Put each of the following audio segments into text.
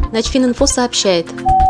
Начфининфо сообщает.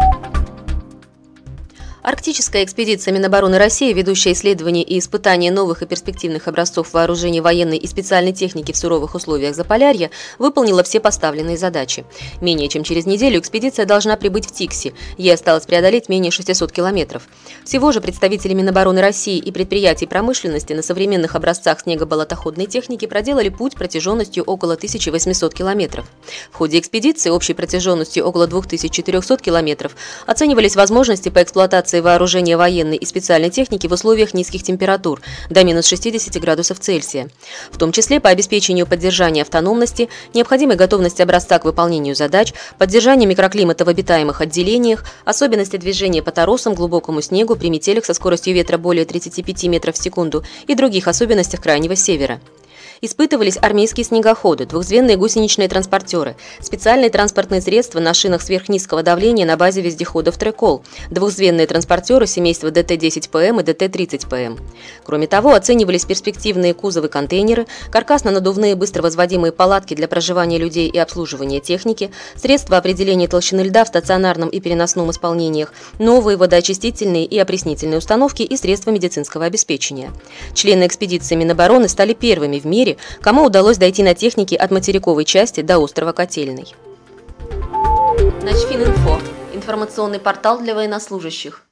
Арктическая экспедиция Минобороны России, ведущая исследования и испытания новых и перспективных образцов вооружений военной и специальной техники в суровых условиях Заполярья, выполнила все поставленные задачи. Менее чем через неделю экспедиция должна прибыть в Тикси. Ей осталось преодолеть менее 600 километров. Всего же представители Минобороны России и предприятий промышленности на современных образцах снегоболотоходной техники проделали путь протяженностью около 1800 километров. В ходе экспедиции общей протяженностью около 2400 километров оценивались возможности по эксплуатации вооружения военной и специальной техники в условиях низких температур до минус 60 градусов Цельсия, в том числе по обеспечению поддержания автономности, необходимой готовности образца к выполнению задач, поддержанию микроклимата в обитаемых отделениях, особенности движения по торосам, глубокому снегу при метелях со скоростью ветра более 35 метров в секунду и других особенностях Крайнего Севера. Испытывались армейские снегоходы, двухзвенные гусеничные транспортеры, специальные транспортные средства на шинах сверхнизкого давления на базе вездеходов «Трекол», двухзвенные транспортеры семейства ДТ-10ПМ и ДТ-30ПМ. Кроме того, оценивались перспективные кузовы-контейнеры, каркасно-надувные быстровозводимые палатки для проживания людей и обслуживания техники, средства определения толщины льда в стационарном и переносном исполнениях, новые водоочистительные и опреснительные установки и средства медицинского обеспечения. Члены экспедиции Минобороны стали первыми в мире, кому удалось дойти на технике от материковой части до острова Котельный. Начфининфо – информационный портал для военнослужащих.